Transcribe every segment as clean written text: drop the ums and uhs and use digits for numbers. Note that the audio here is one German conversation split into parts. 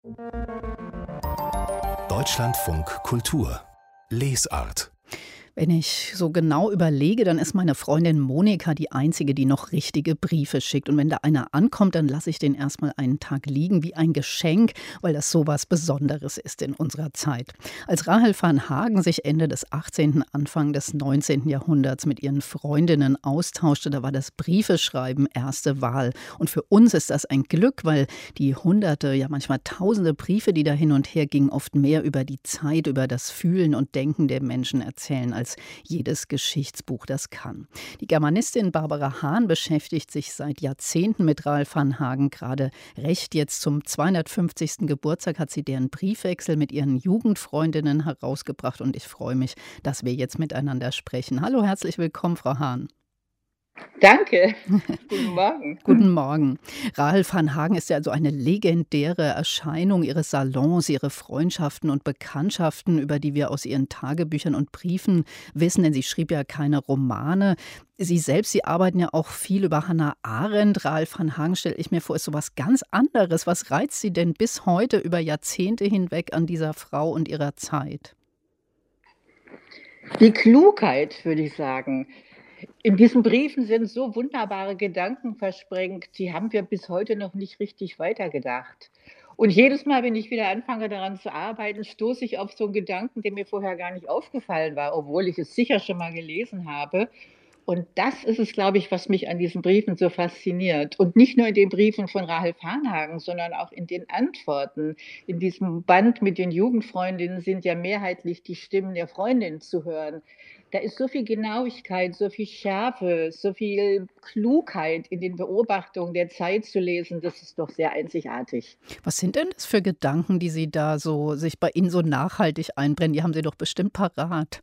Deutschlandfunk Kultur Lesart. Wenn ich so genau überlege, dann ist meine Freundin Monika die Einzige, die noch richtige Briefe schickt. Und wenn da einer ankommt, dann lasse ich den erstmal einen Tag liegen wie ein Geschenk, weil das so was Besonderes ist in unserer Zeit. Als Rahel van Hagen sich Ende des 18., Anfang des 19. Jahrhunderts mit ihren Freundinnen austauschte, da war das Briefeschreiben erste Wahl. Und für uns ist das ein Glück, weil die Hunderte, ja manchmal Tausende Briefe, die da hin und her gingen, oft mehr über die Zeit, über das Fühlen und Denken der Menschen erzählen, als jedes Geschichtsbuch das kann. Die Germanistin Barbara Hahn beschäftigt sich seit Jahrzehnten mit Rahel van Hagen. Gerade recht jetzt zum 250. Geburtstag hat sie deren Briefwechsel mit ihren Jugendfreundinnen herausgebracht und ich freue mich, dass wir jetzt miteinander sprechen. Hallo, herzlich willkommen, Frau Hahn. Danke. Guten Morgen. Guten Morgen. Rahel van Hagen ist ja also eine legendäre Erscheinung. Ihre Salons, ihre Freundschaften und Bekanntschaften, über die wir aus ihren Tagebüchern und Briefen wissen, denn sie schrieb ja keine Romane. Sie selbst, Sie arbeiten ja auch viel über Hannah Arendt. Rahel van Hagen, stelle ich mir vor, ist so was ganz anderes. Was reizt Sie denn bis heute über Jahrzehnte hinweg an dieser Frau und ihrer Zeit? Die Klugheit, würde ich sagen. In diesen Briefen sind so wunderbare Gedanken versprengt, die haben wir bis heute noch nicht richtig weitergedacht. Und jedes Mal, wenn ich wieder anfange, daran zu arbeiten, stoße ich auf so einen Gedanken, der mir vorher gar nicht aufgefallen war, obwohl ich es sicher schon mal gelesen habe. Und das ist es, glaube ich, was mich an diesen Briefen so fasziniert. Und nicht nur in den Briefen von Rahel van Hagen, sondern auch in den Antworten. In diesem Band mit den Jugendfreundinnen sind ja mehrheitlich die Stimmen der Freundinnen zu hören. Da ist so viel Genauigkeit, so viel Schärfe, so viel Klugheit in den Beobachtungen der Zeit zu lesen. Das ist doch sehr einzigartig. Was sind denn das für Gedanken, die Sie da so sich bei Ihnen so nachhaltig einbrennen? Die haben Sie doch bestimmt parat.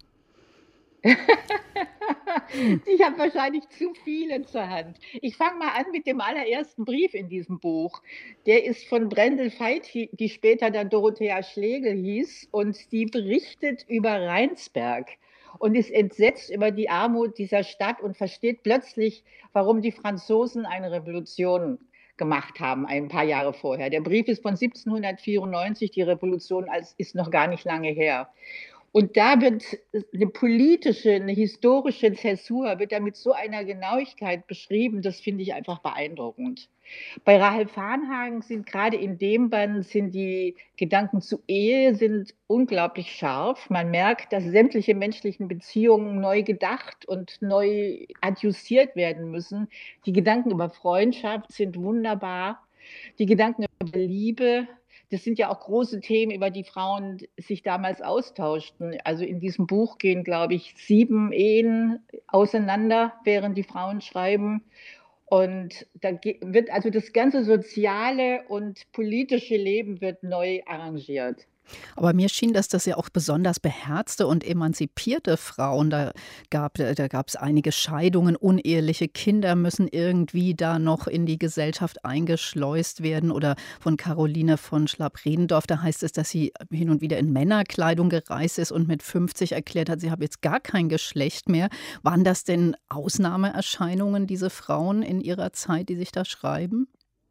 Ich habe wahrscheinlich zu viele zur Hand. Ich fange mal an mit dem allerersten Brief in diesem Buch. Der ist von Brendel Veit, die später dann Dorothea Schlegel hieß, und die berichtet über Rheinsberg und ist entsetzt über die Armut dieser Stadt und versteht plötzlich, warum die Franzosen eine Revolution gemacht haben, ein paar Jahre vorher. Der Brief ist von 1794, die Revolution ist noch gar nicht lange her. Und da wird eine politische, eine historische Zäsur, wird da mit so einer Genauigkeit beschrieben, das finde ich einfach beeindruckend. Bei Rahel van Hagen sind gerade in dem Band sind die Gedanken zur Ehe sind unglaublich scharf. Man merkt, dass sämtliche menschlichen Beziehungen neu gedacht und neu adjustiert werden müssen. Die Gedanken über Freundschaft sind wunderbar. Die Gedanken über Liebe, das sind ja auch große Themen, über die Frauen sich damals austauschten. Also in diesem Buch gehen, glaube ich, 7 Ehen auseinander, während die Frauen schreiben. Und da wird also das ganze soziale und politische Leben wird neu arrangiert. Aber mir schien, dass das ja auch besonders beherzte und emanzipierte Frauen, da gab es einige Scheidungen, uneheliche Kinder müssen irgendwie da noch in die Gesellschaft eingeschleust werden. Oder von Caroline von Schlapp-Redendorf, da heißt es, dass sie hin und wieder in Männerkleidung gereist ist und mit 50 erklärt hat, sie habe jetzt gar kein Geschlecht mehr. Waren das denn Ausnahmeerscheinungen, diese Frauen in ihrer Zeit, die sich da schreiben?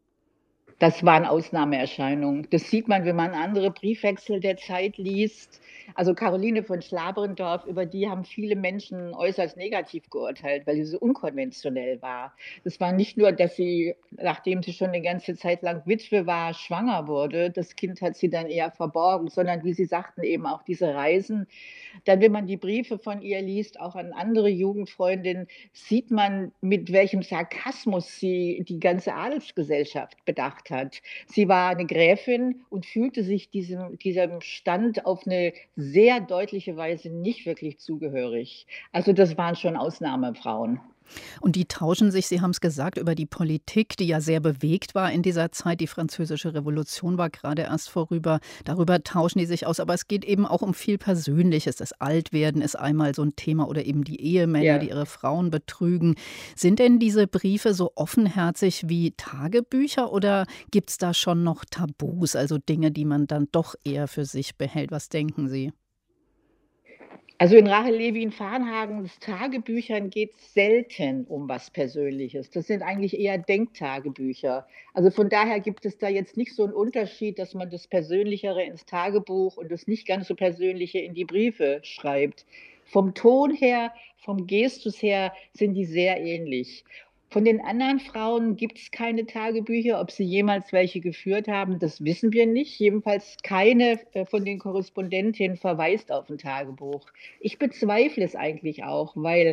Das waren Ausnahmeerscheinungen. Das sieht man, wenn man andere Briefwechsel der Zeit liest. Also Caroline von Schlabrendorf, über die haben viele Menschen äußerst negativ geurteilt, weil sie so unkonventionell war. Es war nicht nur, dass sie, nachdem sie schon eine ganze Zeit lang Witwe war, schwanger wurde. Das Kind hat sie dann eher verborgen, sondern wie Sie sagten, eben auch diese Reisen. Dann, wenn man die Briefe von ihr liest, auch an andere Jugendfreundinnen, sieht man, mit welchem Sarkasmus sie die ganze Adelsgesellschaft bedacht hat. Sie war eine Gräfin und fühlte sich diesem Stand auf eine sehr deutliche Weise nicht wirklich zugehörig. Also das waren schon Ausnahmefrauen. Und die tauschen sich, Sie haben es gesagt, über die Politik, die ja sehr bewegt war in dieser Zeit. Die Französische Revolution war gerade erst vorüber. Darüber tauschen die sich aus. Aber es geht eben auch um viel Persönliches. Das Altwerden ist einmal so ein Thema oder eben die Ehemänner, Ja. die ihre Frauen betrügen. Sind denn diese Briefe so offenherzig wie Tagebücher oder gibt es da schon noch Tabus, also Dinge, die man dann doch eher für sich behält? Was denken Sie? Also in Rahel Levin-Varnhagens Tagebüchern geht es selten um was Persönliches. Das sind eigentlich eher Denktagebücher. Also von daher gibt es da jetzt nicht so einen Unterschied, dass man das Persönlichere ins Tagebuch und das nicht ganz so Persönliche in die Briefe schreibt. Vom Ton her, vom Gestus her sind die sehr ähnlich. Von den anderen Frauen gibt es keine Tagebücher. Ob sie jemals welche geführt haben, das wissen wir nicht. Jedenfalls keine von den Korrespondentinnen verweist auf ein Tagebuch. Ich bezweifle es eigentlich auch, weil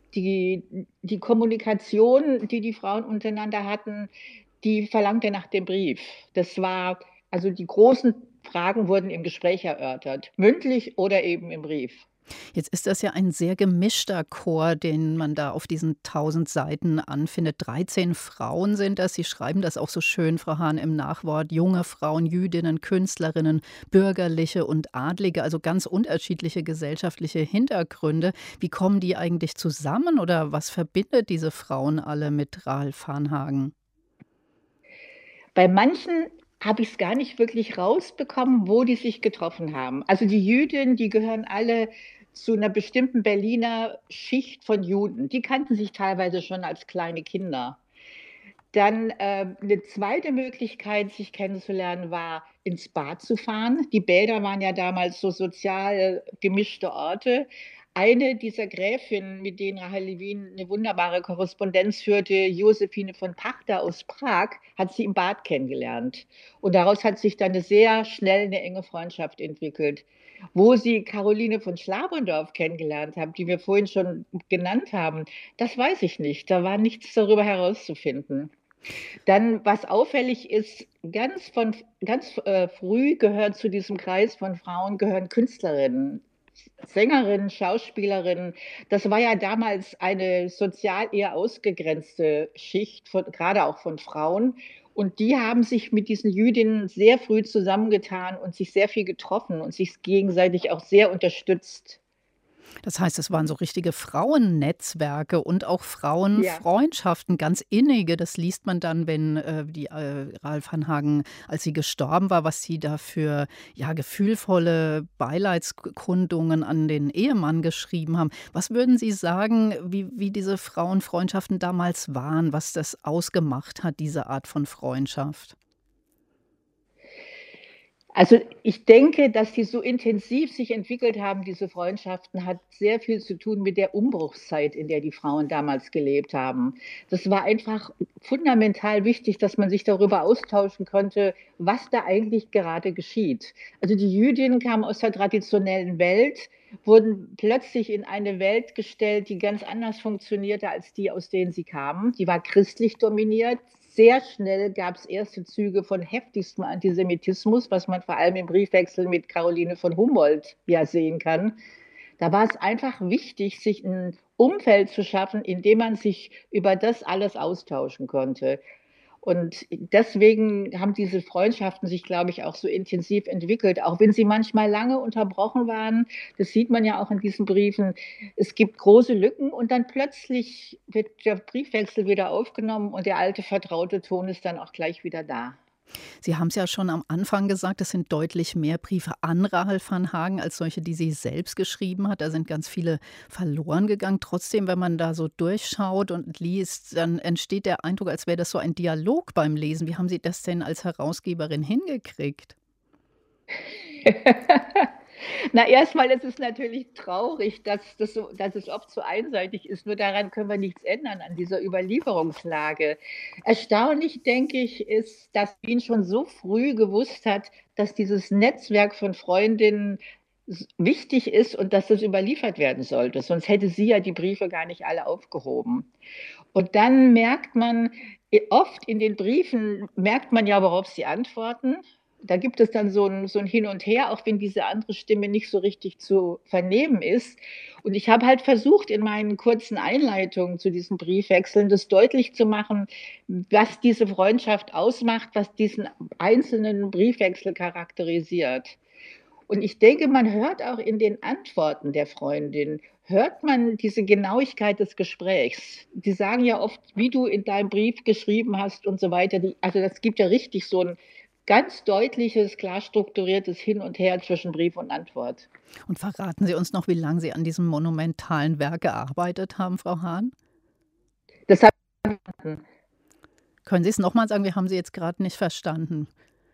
die Kommunikation, die die Frauen untereinander hatten, die verlangte nach dem Brief. Das war, also die großen Fragen wurden im Gespräch erörtert, mündlich oder eben im Brief. Jetzt ist das ja ein sehr gemischter Chor, den man da auf diesen 1.000 Seiten anfindet. 13 Frauen sind das. Sie schreiben das auch so schön, Frau Hahn, im Nachwort. Junge Frauen, Jüdinnen, Künstlerinnen, Bürgerliche und Adlige, also ganz unterschiedliche gesellschaftliche Hintergründe. Wie kommen die eigentlich zusammen oder was verbindet diese Frauen alle mit Rahel Varnhagen? Bei manchen habe ich es gar nicht wirklich rausbekommen, wo die sich getroffen haben. Also die Jüdinnen, die gehören alle zu einer bestimmten Berliner Schicht von Juden. Die kannten sich teilweise schon als kleine Kinder. Dann 'ne zweite Möglichkeit, sich kennenzulernen, war, ins Bad zu fahren. Die Bäder waren ja damals so sozial gemischte Orte. Eine dieser Gräfinnen, mit denen Rahel Levin 'ne wunderbare Korrespondenz führte, Josephine von Pachter aus Prag, hat sie im Bad kennengelernt. Und daraus hat sich dann 'ne sehr schnell 'ne enge Freundschaft entwickelt. Wo sie Caroline von Schlaberndorf kennengelernt haben, die wir vorhin schon genannt haben, das weiß ich nicht. Da war nichts darüber herauszufinden. Dann, was auffällig ist, ganz früh gehören zu diesem Kreis von Frauen gehören Künstlerinnen, Sängerinnen, Schauspielerinnen. Das war ja damals eine sozial eher ausgegrenzte Schicht von grade auch von Frauen. Und die haben sich mit diesen Jüdinnen sehr früh zusammengetan und sich sehr viel getroffen und sich gegenseitig auch sehr unterstützt. Das heißt, es waren so richtige Frauennetzwerke und auch Ja. Frauenfreundschaften, ganz innige. Das liest man dann, wenn, die, Rahel Varnhagen, als sie gestorben war, was sie da für, ja, gefühlvolle Beileidskundungen an den Ehemann geschrieben haben. Was würden Sie sagen, wie diese Frauenfreundschaften damals waren, was das ausgemacht hat, diese Art von Freundschaft? Also, ich denke, dass die so intensiv sich entwickelt haben, diese Freundschaften, hat sehr viel zu tun mit der Umbruchszeit, in der die Frauen damals gelebt haben. Das war einfach fundamental wichtig, dass man sich darüber austauschen konnte, was da eigentlich gerade geschieht. Also, die Jüdinnen kamen aus der traditionellen Welt, wurden plötzlich in eine Welt gestellt, die ganz anders funktionierte als die, aus denen sie kamen. Die war christlich dominiert. Sehr schnell gab es erste Züge von heftigstem Antisemitismus, was man vor allem im Briefwechsel mit Caroline von Humboldt ja sehen kann. Da war es einfach wichtig, sich ein Umfeld zu schaffen, in dem man sich über das alles austauschen konnte. Und deswegen haben diese Freundschaften sich, glaube ich, auch so intensiv entwickelt, auch wenn sie manchmal lange unterbrochen waren. Das sieht man ja auch in diesen Briefen. Es gibt große Lücken und dann plötzlich wird der Briefwechsel wieder aufgenommen und der alte vertraute Ton ist dann auch gleich wieder da. Sie haben es ja schon am Anfang gesagt, es sind deutlich mehr Briefe an Rahel Varnhagen als solche, die sie selbst geschrieben hat. Da sind ganz viele verloren gegangen. Trotzdem, wenn man da so durchschaut und liest, dann entsteht der Eindruck, als wäre das so ein Dialog beim Lesen. Wie haben Sie das denn als Herausgeberin hingekriegt? Na, erstmal ist es natürlich traurig, dass es oft so einseitig ist. Nur daran können wir nichts ändern, an dieser Überlieferungslage. Erstaunlich, denke ich, ist, dass Wien schon so früh gewusst hat, dass dieses Netzwerk von Freundinnen wichtig ist und dass das überliefert werden sollte. Sonst hätte sie ja die Briefe gar nicht alle aufgehoben. Und dann merkt man, oft in den Briefen merkt man ja, worauf sie antworten. Da gibt es dann so ein Hin und Her, auch wenn diese andere Stimme nicht so richtig zu vernehmen ist. Und ich habe halt versucht, in meinen kurzen Einleitungen zu diesen Briefwechseln das deutlich zu machen, was diese Freundschaft ausmacht, was diesen einzelnen Briefwechsel charakterisiert. Und ich denke, man hört auch in den Antworten der Freundin, hört man diese Genauigkeit des Gesprächs. Die sagen ja oft, wie du in deinem Brief geschrieben hast und so weiter. Also das gibt ja richtig so ein ganz deutliches, klar strukturiertes Hin und Her zwischen Brief und Antwort. Und verraten Sie uns noch, wie lange Sie an diesem monumentalen Werk gearbeitet haben, Frau Hahn? Das habe Können Sie es noch mal sagen? Wir haben Sie jetzt gerade nicht verstanden.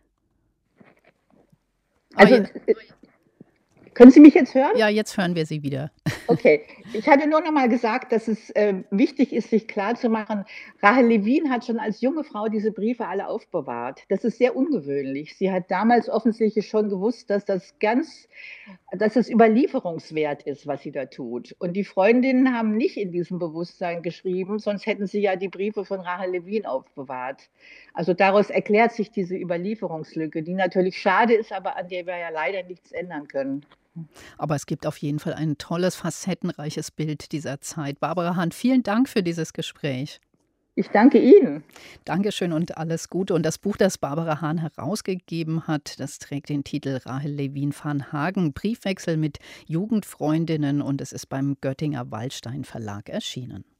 Aber also, je können Sie mich jetzt hören? ja, jetzt hören wir Sie wieder. Okay, ich hatte nur noch mal gesagt, dass es, wichtig ist, sich klarzumachen, Rahel Levin hat schon als junge Frau diese Briefe alle aufbewahrt. Das ist sehr ungewöhnlich. Sie hat damals offensichtlich schon gewusst, dass es überlieferungswert ist, was sie da tut. Und die Freundinnen haben nicht in diesem Bewusstsein geschrieben, sonst hätten sie ja die Briefe von Rahel Levin aufbewahrt. Also daraus erklärt sich diese Überlieferungslücke, die natürlich schade ist, aber an der wir ja leider nichts ändern können. Aber es gibt auf jeden Fall ein tolles, facettenreiches Bild dieser Zeit. Barbara Hahn, vielen Dank für dieses Gespräch. Ich danke Ihnen. Dankeschön und alles Gute. Und das Buch, das Barbara Hahn herausgegeben hat, das trägt den Titel Rahel Levin van Hagen, Briefwechsel mit Jugendfreundinnen, und es ist beim Göttinger Waldstein Verlag erschienen.